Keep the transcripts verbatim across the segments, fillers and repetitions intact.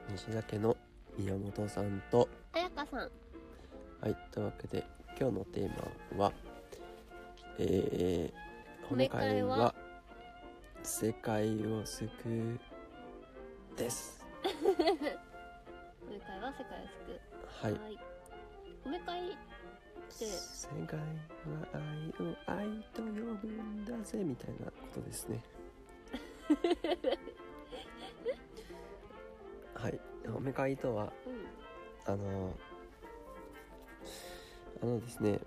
西酒の宮本さんと彩香さん。 はい、というわけで今日のテーマは、えー、褒め会は世界を救うです褒め会は世界を救う。 はい、 はい。褒め会って世界は愛を愛と呼ぶんだぜみたいなことですねはい、褒め会とは、 うんあのあのですね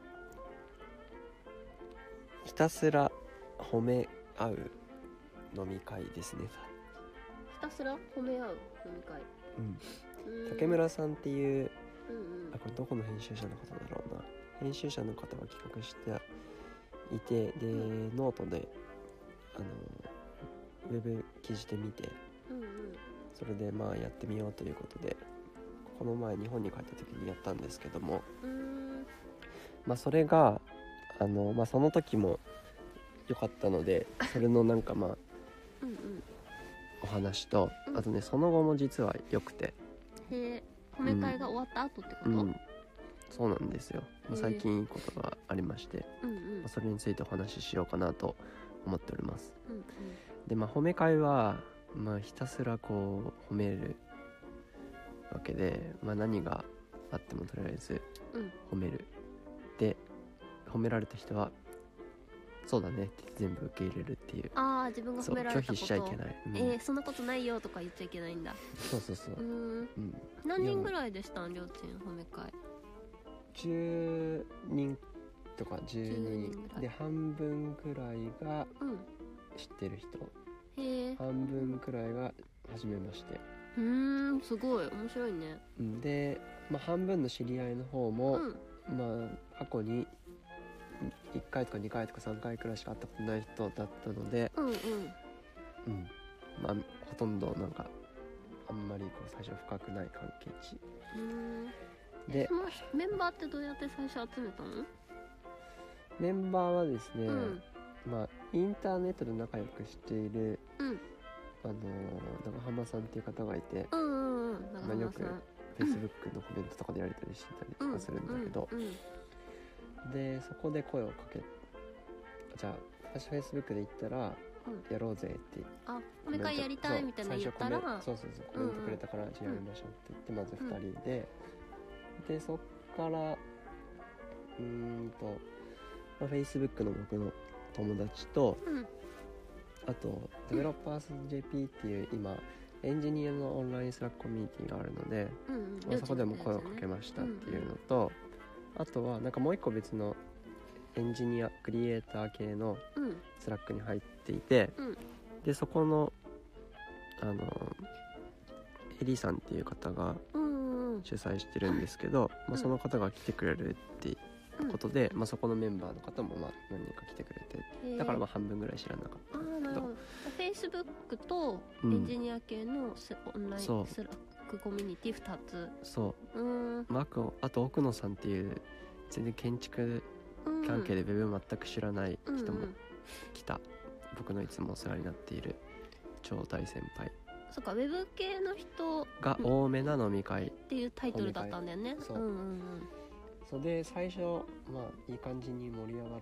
ひたすら褒め合う飲み会ですね。 ひたすら褒め合う飲み会。 うんうーん竹村さんっていう、 うんうんあこれどこの編集者の方だろうな編集者の方が企画していて、で、 うんノートであのウェブ記事で見て、 うんうんそれでまあやってみようということでこの前日本に帰った時にやったんですけども、 うーんまあそれがあの、まあ、その時も良かったのでそれのなんかまあうんうんお話と、 うんあとねその後も実は良くて、 へえ、褒め会が終わった後ってこと？ ううんん、そうなんですよ。まあ最近いいことがありまして、 うんまあそれについてお話ししようかなと思っております。 うんうんでまあ褒め会は、まあ、ひたすらこう褒めるわけで、まあ、何があってもとりあえずうん褒める。で褒められた人はそうだねって全部受け入れるっていう。 ああ、自分がそう褒められたこと拒否しちゃいけない、うんえー、そんなことないよとか言っちゃいけないんだ。 そうそうそうう、ーんうん、 何人ぐらいでしたん、りょうちん褒め会？ じゅうにんとかじゅうにじゅうにんにんぐらいで半分くらいがうん知ってる人、 へえ、 半分くらいが初めまして、 うーん、すごい面白いね。 うんで、まあ、半分の知り合いの方も、 うんまあ過去にいっかいとかにかいとかさんかいくらいしか会ったことない人だったので、 うんうんうんまあ、ほとんどなんかあんまりこう最初深くない関係値うーんで、 そのメンバーってどうやって最初集めたの？ メンバーはですね、 うんまあ、インターネットで仲良くしている、 うんあのー長浜さんっていう方がいて、 うんうんうん、長まあ、よく浜さん Facebook のコメントとかでやり取りしてたりとかするんだけど、 うんうんでそこで声をかけじゃあ私 Facebook で言ったらうんやろうぜってあ、褒め会やりたいみたいなの言ったら、 そう最初コメそうそうそうコメントくれたから、じゃあやりましょうって言ってまずふたりで、でそっからうーんと、まあ、Facebook の僕の友達と、 うんあとデベロッパーズ ジェーピー っていう今エンジニアのオンラインスラックコミュニティがあるので、 うんうんまあ、そこでも声をかけましたっていうのと、あとはなんかもう一個別のエンジニアクリエイター系のうんスラックに入っていて、 うんでそこのあのエリさんっていう方がうんうん主催してるんですけど、まあ、その方が来てくれるってことで、まあ、そこのメンバーの方もまあ何人か来てくれて、だからまあ半分ぐらい知らなかったあんだけど、 ーなるほど。Facebook とエンジニア系のスオンラインスそうラックコミュニティふたつ。 そううーんまあ、あとあと奥野さんっていう全然建築うん関係でウェブ全く知らない人もうんうん来た、僕のいつもお世話になっている超大先輩そっか、ウェブ系の人が多めな飲み会、 っていうタイトルだったんだよね。 そううんうんそれで最初まあいい感じに盛り上がって、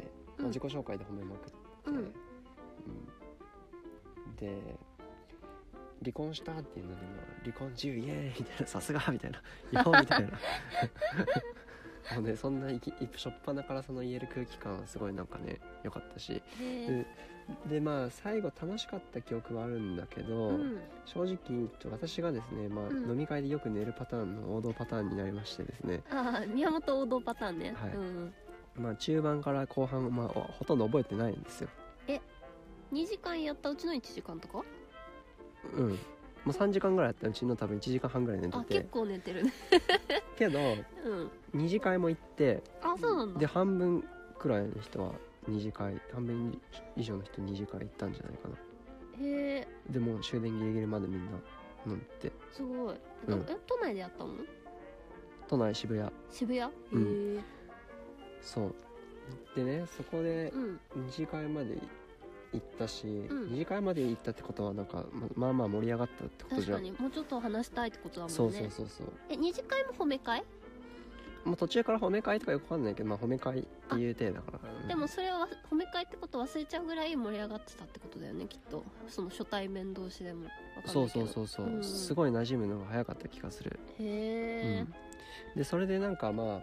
まあ、 うん自己紹介で褒めまくって、 うんうんで離婚したっていうのでも離婚中イエーイみたいなさすがみたいなよみたいなもうねそんないきしょっぱなからその言える空気感はすごいなんかね良かったし、 うんへででまあ最後楽しかった記憶はあるんだけど、 うん正直私がですね、まあうん飲み会でよく寝るパターンの王道パターンになりましてですね、 ああ、宮本王道パターンね。 はいうんまあ中盤から後半、まあ、ほとんど覚えてないんですよ。 にじかんやったうちのいちじかんとか？ うんもうさんじかんぐらいやったうちの多分いちじかんはんぐらい寝てあ、 て、 結構寝てるね。 けどうんに次会も行って、 あ、そうなんだ。 で半分くらいの人はに次会、半分以上の人に次会行ったんじゃないかな。 へえ、 でもう終電ギリギリまでみんな飲んですごい。 うんえ、都内でやったの？ 都内渋谷、 渋谷？ うんへえ。 そうでねそこでうんに次会まで行行ったし、 ん二次会まで行ったってことはなんかままあまあ盛り上がったってこと確じゃん。 かにもうちょっと話したいってことだもんね。 そうそうそうそう。 え二次会も褒め会？ もう途中から褒め会とかよくわかんないけど、まあ褒め会っていう体だから、うん、 でもそれは褒め会ってこと忘れちゃうぐらい盛り上がってたってことだよねきっと。その初対面同士でもわかんないけど。 そうそうそうそう、 うんうん、 すごい馴染むのが早かった気がする。 へえ、 うん、でそれでなんかまあ、うんまあ、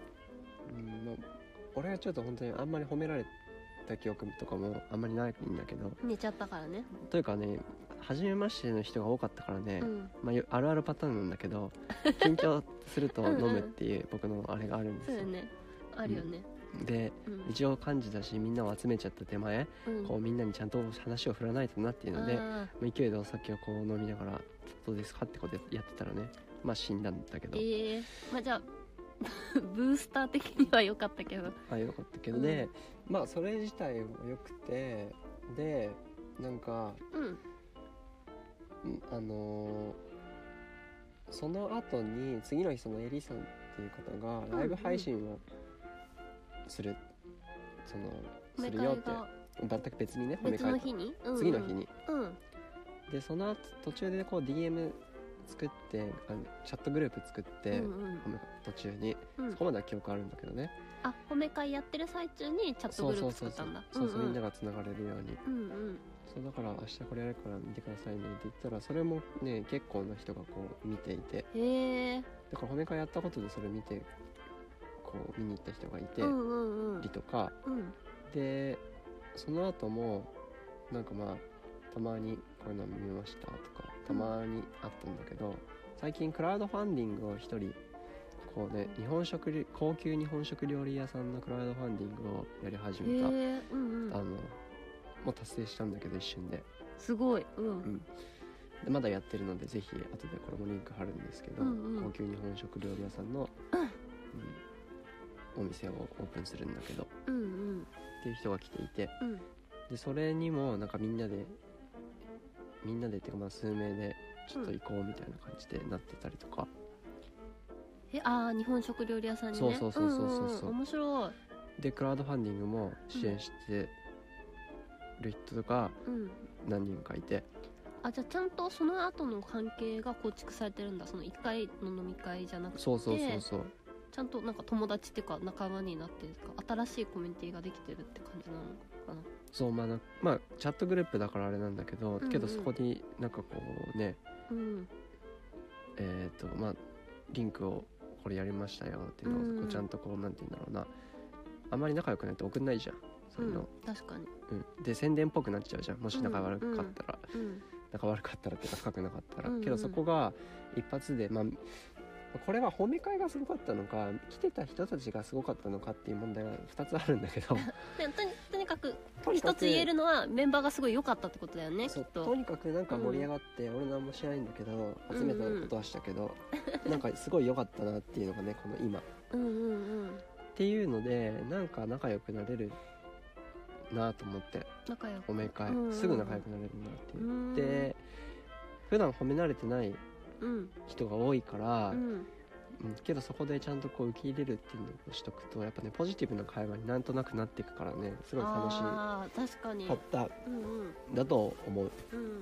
俺はちょっと本当にあんまり褒められた記憶とかもあんまりないんだけど、 寝ちゃったからね。 というかね初めましての人が多かったからね、 うんまあ、あるあるパターンなんだけど緊張すると飲むっていう僕のあれがあるんですよ。 そうよね、あるよね。 で、 うん、 一応幹事だしみんなを集めちゃった手前、 うん、 こうみんなにちゃんと話を振らないとなっていうので、 あ勢いでお酒をこう飲みながらどうですかってことでやってたらね、まあ死んだんだけど、 えー、まあじゃあブースター的には良かったけど。 あよかったけどね、うん、まあそれ自体も良くて、でなんか、 うんあのー、その後に次の日そのエリさんっていう方がライブ配信をする、うんうん、そのするよって全く別にね褒め別の日に、うんうん、 次の日に、 うん、 でその後途中でこう ディーエム 作ってあのチャットグループ作って、 うんうん、 途中に、うん、そこまでは記憶あるんだけどね。 あ褒め会やってる最中にチャットグループ作ったんだ。 そうそうそうそう、みんながつながれるように、 うんうん、 そうだから明日これやるから見てくださいねって言ったらそれもね結構な人がこう見ていて、 へー、 だから褒め会やったことでそれ見てこう見に行った人がいて、 うんうんうん、 りとか、 うん、 でその後もなんかまあたまにこういうの見ましたとかたまにあったんだけど、うん、最近クラウドファンディングを一人こうね日本食高級日本食料理屋さんのクラウドファンディングをやり始めた、 うんうん、 あのもう達成したんだけど一瞬ですごい、うん、うん、 でまだやってるのでぜひ後でこれもリンク貼るんですけど、うんうん、高級日本食料理屋さんの、うんうん、お店をオープンするんだけど、うんうん、っていう人が来ていて、うん、でそれにもなんかみんなでみんなでっていうかまあ数名でちょっと行こうみたいな感じでなってたりとか、 うん、えあー日本食料理屋さんにね、 そうそうそうそうそうそう、 うんうん、面白い。 でクラウドファンディングも支援してる人が何人かいて、 うん、あじゃあちゃんとその後の関係が構築されてるんだ。そのいっかいの飲み会じゃなくて、 そうそうそうそう、 ちゃんとなんか友達っていうか仲間になってるか新しいコミュニティができてるって感じなのかな。 そうまあな、まあチャットグループだからあれなんだけど、うんうん、けどそこになんかこうね、うん、えっ、ー、とまあリンクをこれやりましたよっていうのを、うん、こうちゃんとこうなんて言うんだろうな、あんまり仲良くないと送んないじゃんそういうの、 うん、確かに、 うん、で宣伝っぽくなっちゃうじゃんもし仲悪かったら、うんうん、仲悪かったらっていうか深くなかったら、うんうん、けどそこが一発でまあこれは褒め会がすごかったのか来てた人たちがすごかったのかっていう問題がふたつあるんだけどで と, にとにかく一つ言えるのはメンバーがすごい良かったってことだよね。 そうきっととにかくなんか盛り上がって、うん、俺何もしないんだけど集めたことはしたけど、うんうん、なんかすごい良かったなっていうのがねこの今うんうん、うん、 っていうのでなんか仲良くなれるなと思って、 仲良く褒め会、 うんうん、 すぐ仲良くなれるなっていう、うん、で普段褒め慣れてない人が多いから、うんうんうん、けどそこでちゃんとこう受け入れるっていうのをしとくとやっぱねポジティブな会話になんとなくなっていくからねすごい楽しいあ確かにかった、うんうん、だと思う、うんうんうん、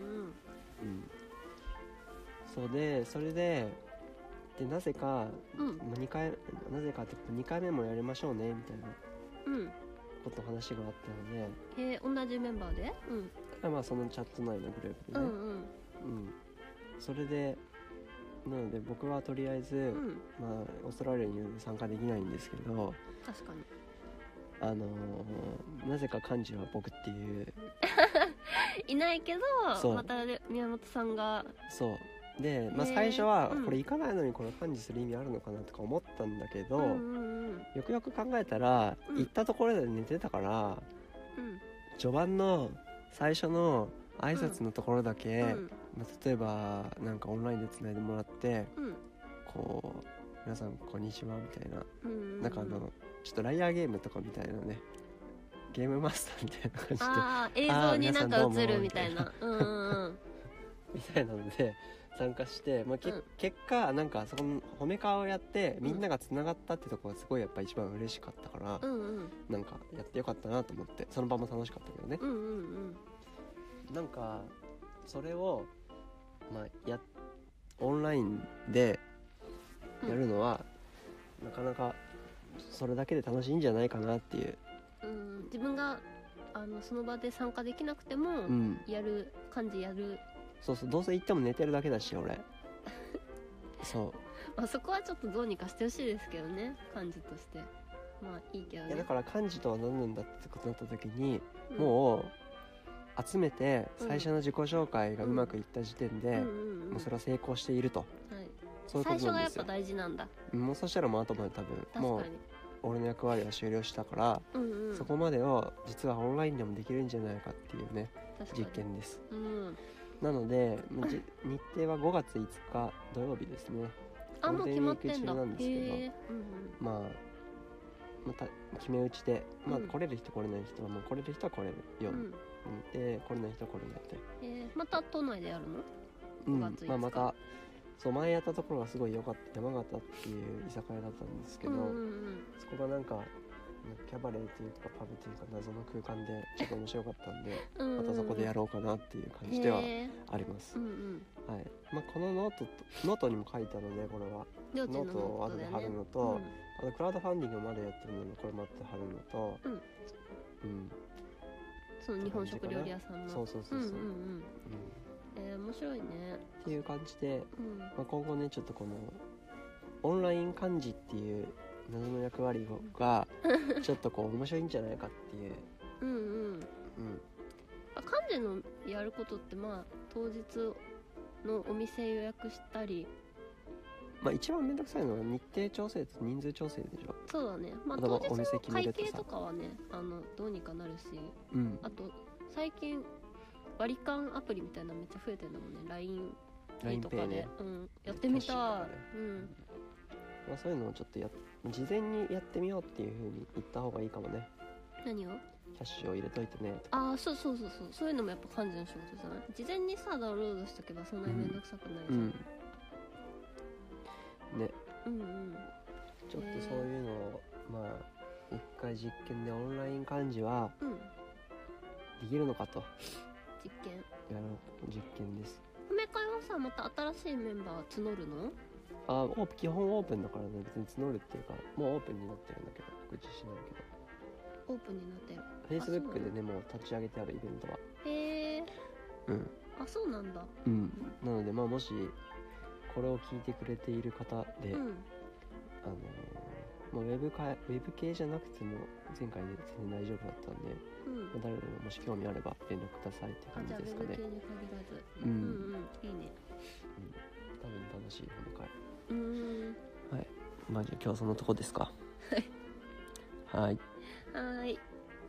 そうでそれででなぜか、うん、にかいなぜかってにかいめもやりましょうねみたいな、うん、こと話があったので、 へえ同じメンバーで、 うん、まあそのチャット内のグループでね、うんうんうん、それでなので僕はとりあえず、うん、まあオーストラリアに参加できないんですけど、 確かにあのー、なぜか幹事は僕っていういないけどまた宮本さんがそうで、まあ、最初はこれ行かないのにこれ幹事する意味あるのかなとか思ったんだけど、うんうんうん、よくよく考えたら、うん、行ったところで寝てたから、うん、序盤の最初の挨拶のところだけ、うんまあ、例えばなんかオンラインでつないでもらって、うん、こう皆さんこんにちはみたいな、うんうんうん、なんかあのちょっとライアーゲームとかみたいなねゲームマスターみたいな感じであ映像になんか映るみたいなうんうん、うん、 みたいなので参加して、まあけうん結果なんかそこの褒め顔をやってみんながつながったってところがすごいやっぱ一番嬉しかったから、 うんうんなんかやってよかったなと思って、その場も楽しかったけどね、 うんうんうんなんかそれをまあやオンラインでやるのは、なかなかそれだけで楽しいんじゃないかなっていう、 うん自分があのその場で参加できなくても、 うんやる感じやる、 そうそう、どうせ行っても寝てるだけだし俺そまあ、そこはちょっとどうにかしてほしいですけどね、感じとしてまあいいけどね。 ういやだから幹事とは何なんだってことになった時に、 うんもう集めてうん最初の自己紹介がうまくいった時点で、 うんうんうんもうそれは成功していると、 はい、 そういうこ最初がやっぱとなんですよ。 大事なんだ。 もうそしたらもう後まで多分もう確かに。 俺の役割は終了したから、 うんうん、 そこまでを実はオンラインでもできるんじゃないかっていうね確かに実験です。 うん、 なのでもうじ日程はごがついつか土曜日ですね。 あもう決まってんだ。 ゴールデンウィーク中なんですけどへーうんうんまあまた決め打ちで、まあ、 うん来れる人来れない人はもう来れる人は来れるように、 うん、 うんで来れない人は来れないと、 えー、また都内でやるの？ うんごがついつかまあ、またそう前やったところがすごい良かった山形っていう居酒屋だったんですけど、 うんうんうんそこがなんかキャバレーというかパブというか謎の空間でちょっと面白かったんでうんうんうん、 またそこでやろうかなっていう感じではへーあります、 うんうん、 はいまあ、このノートとノートにも書いたのでこれはりょうちんのノートをノートだよね。 後で貼るのと、あとクラウドファンディングまでやってるのでこれまた貼るのと、 うんうんうん、その日本食料理屋さんの。 そうそうそうそう、 うんうんうん、 うんえー、面白いね。 っていう感じで、 うんまあ、今後ねちょっとこのオンライン漢字っていう謎の役割がちょっとこう面白いんじゃないかっていう、 うんうん。 うん、 あ漢字のやることってまあ当日のお店予約したり、 まあ一番めんどくさいのは日程調整と人数調整でしょ。 そうだね。まああとはお当日の店決め会るとさ計とかはね、あのどうにかなるし、 うんあと最近割り勘アプリみたいなのめっちゃ増えてるんだもんね。ラインラインとかで、 ペイね、 うん、やってみたい。 キャッシュとかねうん。 まあ、そういうのをちょっとや事前にやってみようっていう風に言った方がいいかもね。 何を？ キャッシュを入れといてねとか、 ああそうそうそうそう、そういうのもやっぱ漢字の仕事じゃない？事前にさダウンロードしとけばそんなにめんどくさくないじゃん。 うんね、 うんうん。 ちょっとそういうのをまあ一回実験でオンライン漢字はうん。 できるのかと実験。 やろう実験です。 褒め会はさまた新しいメンバー募るの？ あオープン基本オープンだからね、別に募るっていうかもうオープンになってるんだけど告知しないオープンになってる。 けど Facebook そうなのでねもう立ち上げてあるイベントはへえ。 うんあそうなんだ。 うんなのでまあもしこれを聞いてくれている方で、 うん。 あのーまあ、ウェブかウェブ系じゃなくても前回で全然大丈夫だったんで、 うん。 まあ誰でももし興味あれば連絡くださいってあ感じゃあウェブじですかね。 系に限らず。 うん、 うんうんいいね。 多分楽しい今回。 うーん。 はいまあじゃあ今日はそのとこですか。はいはいはーい。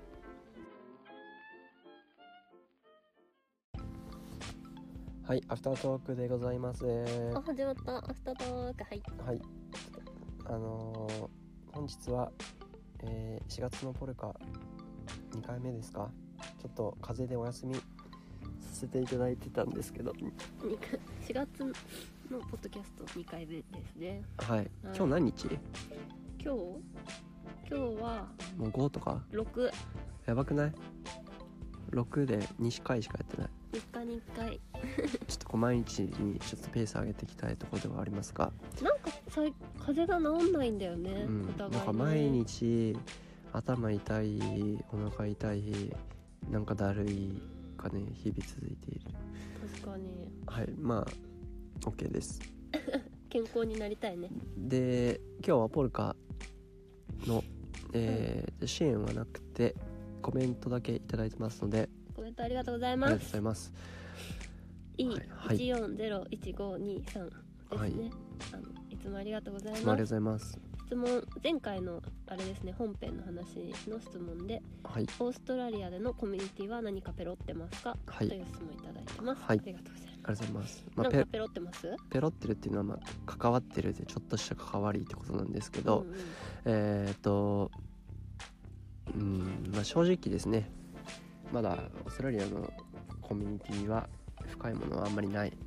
はいアフタートークでございます。 あ始まったアフタートークはい。 はいあのー本日は、えーしがつのポルカにかいめですか。ちょっと風邪でお休みさせていただいてたんですけど、 にかしがつのポッドキャストにかいめですね。 はい今日何日？ 今日今日はもうごとかろく、 やばくない？ろくでにかいしかやってない。 みっかにいっかい。 ちょっとこう毎日にちょっとペース上げていきたいところではありますが、 なんかさい風邪が治んないんだよね、 うん、 お互いね。 なんか毎日頭痛い、お腹痛い、なんかだるいがね日々続いている。 確かにはいまあ OK です。 健康になりたいね。 で今日はポルカの、えー支援はなくてコメントだけいただいてますのでコメントありがとうございありがとうごます。 ざいます。 イはいーいちよんゼロいちごにさんですね、 はいあのいつもありがとうございありがとうます。 ございます。 質問前回のあれですね本編の話の質問ではいオーストラリアでのコミュニティは何かペロってますか、 はいという質問いただいてます、 はいありがとうございます。 ありがとうございます。まあ、ペなんかペロってます？ ペロってるっていうのは、まあ、関わってるでちょっとした関わりってことなんですけど、 うんうんえーっとうんまあ正直ですね、まだオーストラリアのコミュニティは深いものはあんまりないっ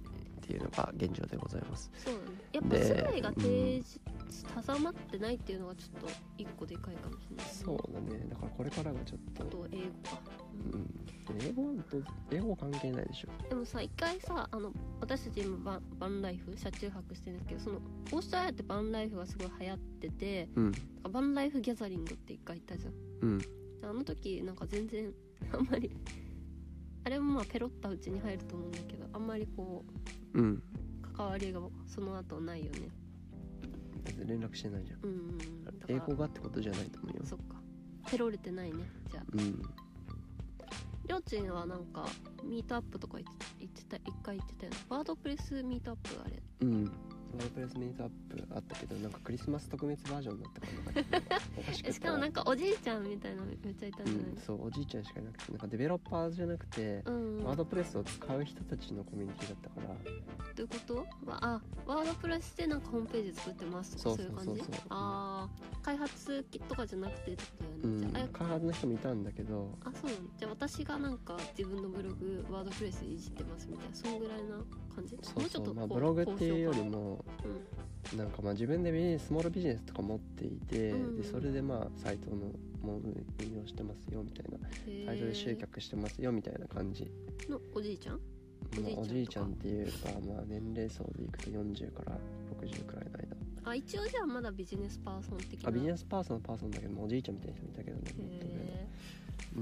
っていうのが現状でございます。 そうだね。やっぱ世代が提示、うん、定まってないっていうのがちょっと一個でかいかもしれない、ね、 そうだね。だからこれからがちょっと、 あと英語か、 うん、英語はと英語関係ないでしょ。 でもさ、一回さ、あの私たち今バン、バンライフ車中泊してるんですけど、そのオーストラリアってバンライフがすごい流行ってて、 うん、 バンライフギャザリングって一回言ったじゃん。 うん、 あの時なんか全然あんまりあれもまあペロッとうちに入ると思うんだけど、あんまりこう、うん、 関わりがその後ないよね。 だって連絡してないじゃん。 うんうん、だから英語がってことじゃないと思うよ。 そっか、ペロれてないね。じゃあ、 うん、 りょうちんはなんかミートアップとか言って言ってた、一回言ってたよね。ワードプレスミートアップあれ。 うん。ワードプレスミートアップあったけど、なんかクリスマス特別バージョンだったからなかった。 しかもなんかおじいちゃんみたいなめっちゃいたんじゃない、 うん、そう、おじいちゃんしかいなくて、なんかデベロッパーじゃなくて、 うんうん、 ワードプレスを使う人たちのコミュニティだったから。 どういうこと？あ、ワードプレスでなんかホームページ作ってますとか、そういう感じ？ そうそうそうそう。 ああ、開発とかじゃなくてってことだよね。 うん、 じゃあ開発の人もいたんだけど。 あ、そうなの。じゃあ私がなんか自分のブログワードプレスいじってますみたいな、そんぐらいな感じ？ そうそう、 もうちょっとこう、 まあ、ブログっていうよりも、 うん、 なんかまあ自分でビジネススモールビジネスとか持っていて、 うん、 でそれでまあサイトのもの運用してますよみたいな、サイトで集客してますよみたいな感じのおじいちゃん？ まあ、おじいちゃんっていうか、まあ、年齢層でいくとよんじゅうからろくじゅうくらいの間。 あ、一応じゃあまだビジネスパーソン的な。 あ、ビジネスパーソンのパーソンだけど、まあ、おじいちゃんみたいな人もいたけどね。 へうん、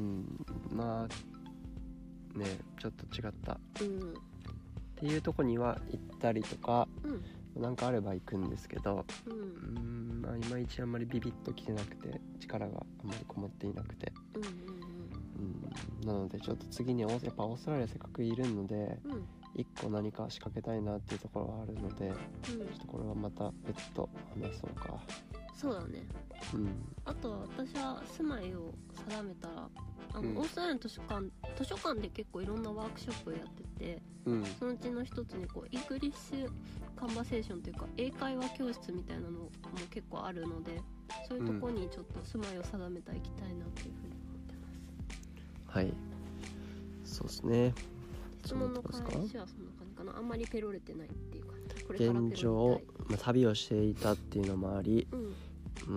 まあね、ちょっと違った、 うん、 っていうとこには行ったりとか、うん、なんかあれば行くんですけど、 うん、うーん、まあ、いまいちあんまりビビッときてなくて、力があんまりこもっていなくて、 うんうんうん、なのでちょっと次にやっぱオーストラリアせっかくいるので、 うん、 一個何か仕掛けたいなっていうところはあるので、うん、ちょっとこれはまた別途話そうか。 そうだね。 うん、 あとは私は住まいを定めたら、あの、うん、オーストラリアの図書館図書館で結構いろんなワークショップをやってて、うん、そのうちの一つにこうイングリッシュカンバセーションというか英会話教室みたいなのも結構あるので、そういうところにちょっと住まいを定めていきたいなっていうふうに思ってます。 はい、そうですね。 質問の返しはそんな感じかな。あんまりペロれてないっていう感じ。これからペロれたい。 現状、まあ、旅をしていたっていうのもあり、うん、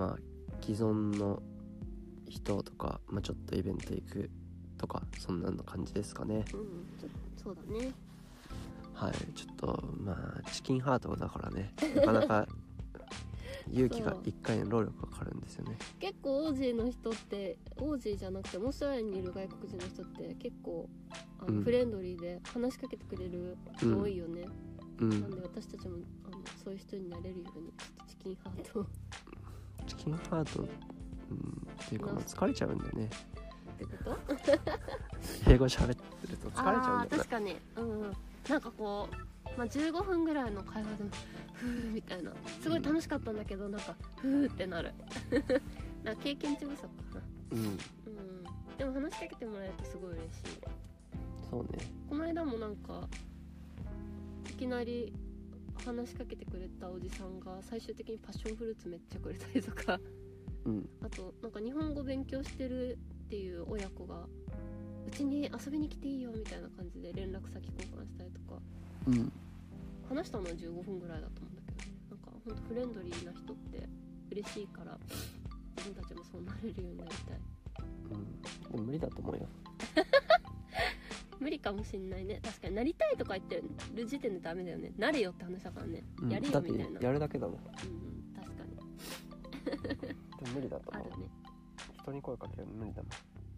まあ既存の人とか、まあ、ちょっとイベント行くとかそんなの感じですかね。 うん、そうだね。 はい、ちょっとまあチキンハートだからね、なかなか勇気がいっかいの労力がかかるんですよね。 結構オージーの人って、オージーじゃなくてオーストラリアにいる外国人の人って結構あの、うん、フレンドリーで話しかけてくれる人多いよね、うんうん、なんで私たちもあのそういう人になれるようにちょっとチキンハートチキンハート、うん、っていうかまあ疲れちゃうんだよね。 ってこと英語喋ってると疲れちゃうんだよね。 あ、確かに、うん、なんかこう、まあ、じゅうごふんぐらいの会話でもふーみたいな、すごい楽しかったんだけど、うん、なんかふーってなるなんか経験値不足かな。うん、うん、でも話しかけてもらえるとすごい嬉しい。 そうね。 この間もなんかいきなり話しかけてくれたおじさんが最終的にパッションフルーツめっちゃくれたりとか、うん、あとなんか日本語勉強してるっていう親子がうちに遊びに来ていいよみたいな感じで連絡先交換したりとか、うん、話したのはじゅうごふんぐらいだと思うんだけどね。なんかほんとフレンドリーな人って嬉しいから自分たちもそうなれるようになりたい。 うん、でも無理だと思うよ無理かもしんないね。確かになりたいとか言ってる時点でダメだよね。なれよって話だからね、うん、やれよみたいな。 だってやるだけだもん。うん、 確かにでも無理だと思う。あるね。人に声かけるの無理だもん。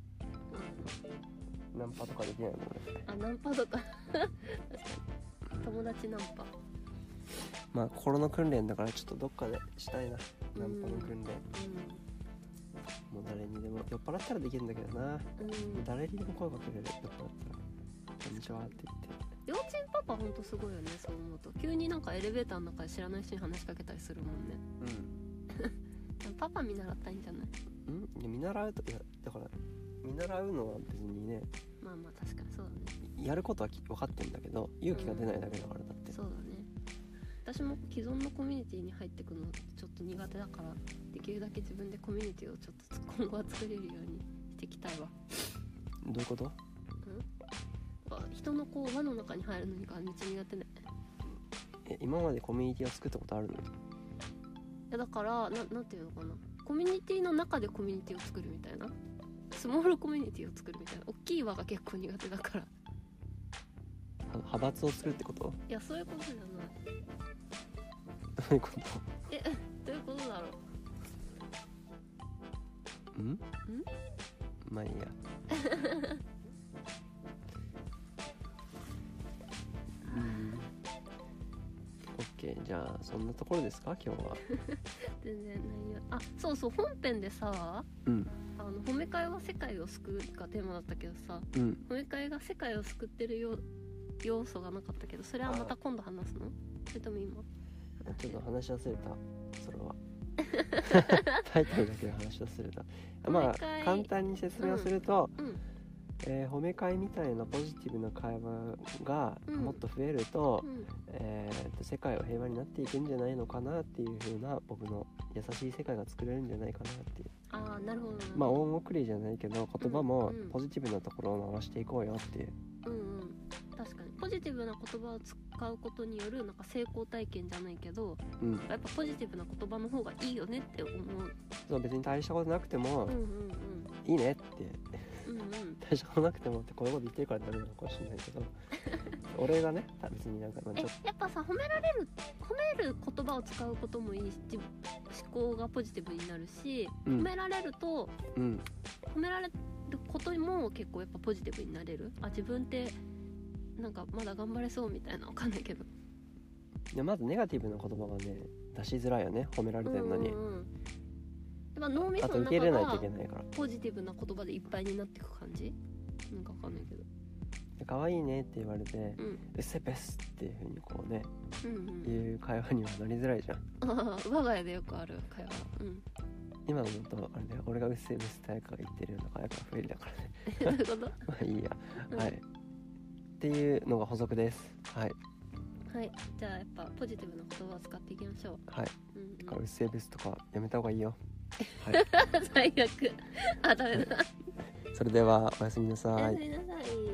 うん、ナンパとかできないもんね。 あ、ナンパとか確かに友達ナンパ。 まあ心の訓練だからちょっとどっかでしたいな、ナンパの訓練。うん、もう誰にでも酔っ払ったらできるんだけどな、うん、誰にでも声かけれる。酔っ払ったらこんにちはって言って。 幼稚園パパほんとすごいよね。そう思うと急になんかエレベーターの中で知らない人に話しかけたりするもんね。うんパパ見習ったらいいんじゃない？ うん、いや見習うと、いやだから見習うのは別にね、 まあまあ確かにそうだね。 やることは分かってるんだけど勇気が出ないだけだから。だって、 うん、そうだね。私も既存のコミュニティに入ってくのちょっと苦手だから、できるだけ自分でコミュニティをちょっと今後は作れるようにしていきたいわ。 どういうこと？ うん、人のこう輪の中に入るのがめっちゃ苦手ね。 え今までコミュニティを作ったことあるの？いやだからななんていうのかな、コミュニティの中でコミュニティを作るみたいな、スモールコミュニティを作るみたいな。大きい輪が結構苦手だから。 派閥を作るってこと？ いやそういうことじゃない。 どういうこと？ えどういうことだろう？ん？ん？まあいいや。うん。OK、じゃあそんなところですか今日は。 全然内容、あそうそう、本編でさ、 うん、 あの褒め会は世界を救うがテーマだったけどさ、 うん、 褒め会が世界を救ってるよ要素がなかったけど、それはまた今度話すの？それとも今？ ちょっと話し忘れたそれは。タイトルだけで話し忘れた。まあ簡単に説明をすると、うんうん、えー、褒め会みたいなポジティブな会話がもっと増えると、うんえー、と世界は平和になっていくんじゃないのかなっていう風な、僕の優しい世界が作れるんじゃないかなっていう。 あーなるほど、ね、 まあ恩送りじゃないけど、言葉もポジティブなところを回していこうよっていう。 うんうん、確かにポジティブな言葉を使うことによるなんか成功体験じゃないけど、うん、やっぱポジティブな言葉の方がいいよねって思う。 そう別に大したことなくても、うんうんうん、いいねって、うんうん、大したことなくてもってこういうこと言ってるからダメなのかもしれないけど俺がね別になんかちょっとやっぱさ、褒められる褒める言葉を使うこともいいし、思考がポジティブになるし、うん、褒められると、うん、褒められることも結構やっぱポジティブになれる。あ、自分ってなんかまだ頑張れそうみたいな、わかんないけど。 いやまずネガティブな言葉がね出しづらいよね、褒められてるのに。うんうんうん、 やっぱ脳みその中がポジティブな言葉でいっぱいになっていく感じなんかわかんないけど。 可愛いねって言われて、うん、うっせペスっていう風にこうね、うんうん、いう会話にはなりづらいじゃん。 ああ、我が家でよくある会話。うん。 今のとあれね、俺がうっせえブス誰かが言ってるような会話が増えるだからね。 どういうこと？ まあいいや、うん、はい。っていうのが補足です。はい。 はい。じゃあやっぱポジティブな言葉を使っていきましょう。 はい。うんうん、だからうっせえブスとかやめた方がいいよ。 はい。最悪。あ、ダメだ。 それではおやすみなさい。 おやすみなさい。